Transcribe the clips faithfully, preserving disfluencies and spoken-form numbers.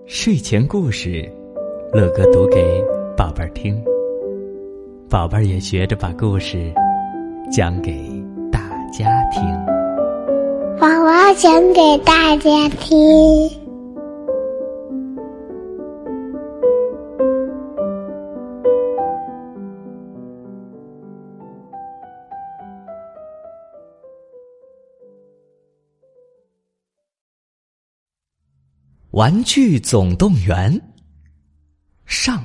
睡前故事，乐哥读给宝贝儿听，宝贝儿也学着把故事讲给大家听。 宝宝讲给大家听。 玩具总动员上。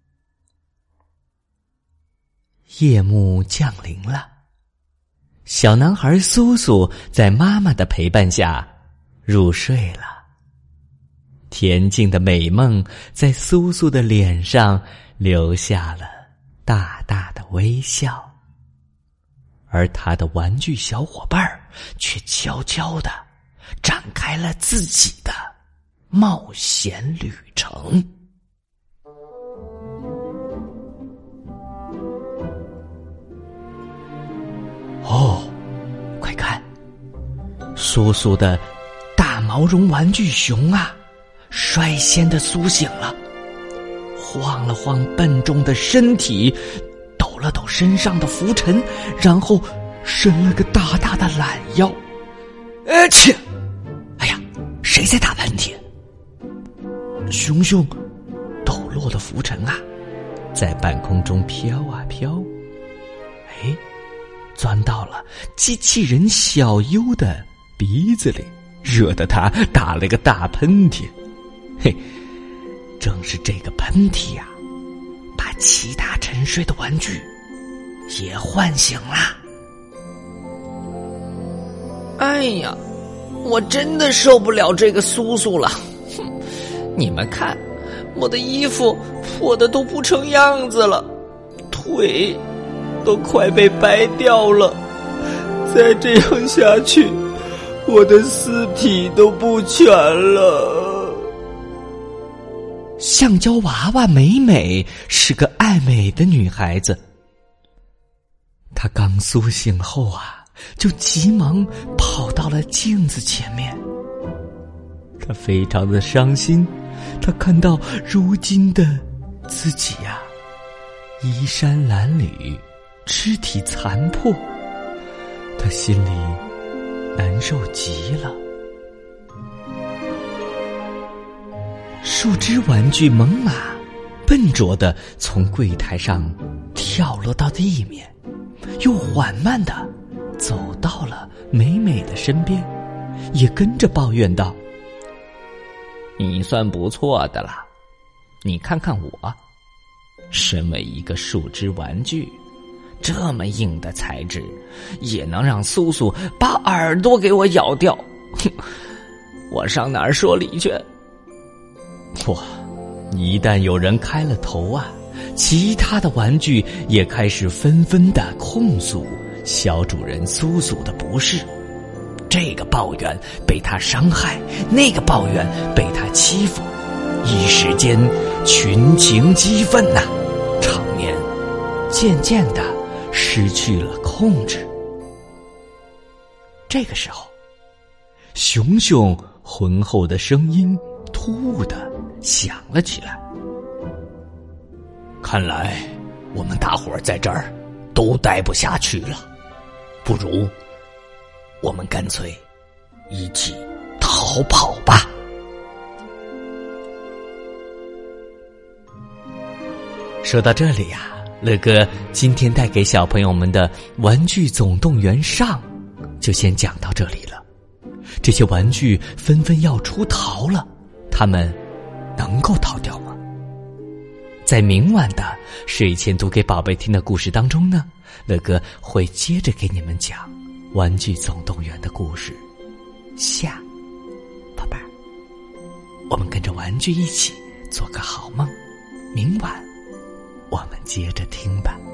夜幕降临了，小男孩苏苏在妈妈的陪伴下入睡了。恬静的美梦在苏苏的脸上留下了大大的微笑，而他的玩具小伙伴却悄悄地展开了自己的冒险旅程。哦，快看，苏苏的大毛绒玩具熊啊，率先的苏醒了，晃了晃笨重的身体，抖了抖身上的浮尘，然后伸了个大大的懒腰。呃切！哎呀，谁在打喷嚏？熊熊抖落的浮尘啊，在半空中飘啊飘，哎，钻到了机器人小优的鼻子里，惹得他打了个大喷嚏。嘿，正是这个喷嚏呀、啊，把其他沉睡的玩具也唤醒了。 哎呀，我真的受不了这个苏苏了。哼，你们看，我的衣服破的都不成样子了，腿都快被掰掉了，再这样下去，我的尸体都不全了。 橡胶娃娃美美是个爱美的女孩子，她刚苏醒后啊，就急忙跑到了镜子前面。她非常的伤心，她看到如今的自己呀、啊，衣衫褴褛，肢体残破，她心里难受极了。树枝玩具猛犸笨拙地从柜台上跳落到地面，又缓慢地走到了美美的身边，也跟着抱怨道： 你算不错的了，你看看我，身为一个树枝玩具，这么硬的材质也能让苏苏把耳朵给我咬掉，我上哪儿说理去？ 哇，一旦有人开了头啊，其他的玩具也开始纷纷的控诉小主人苏苏的不是。这个抱怨被他伤害，那个抱怨被他欺负，一时间群情激愤呐、啊，场面渐渐的失去了控制。这个时候，熊熊浑厚的声音突兀的响了起来。看来我们大伙儿在这儿都待不下去了，不如我们干脆一起逃跑吧。说到这里呀、啊，乐哥今天带给小朋友们的玩具总动员上就先讲到这里了。这些玩具纷纷要出逃了，他们能够逃掉吗？在明晚的睡前读给宝贝听的故事当中呢，乐哥会接着给你们讲玩具总动员的故事下。宝贝儿，我们跟着玩具一起做个好梦，明晚我们接着听吧。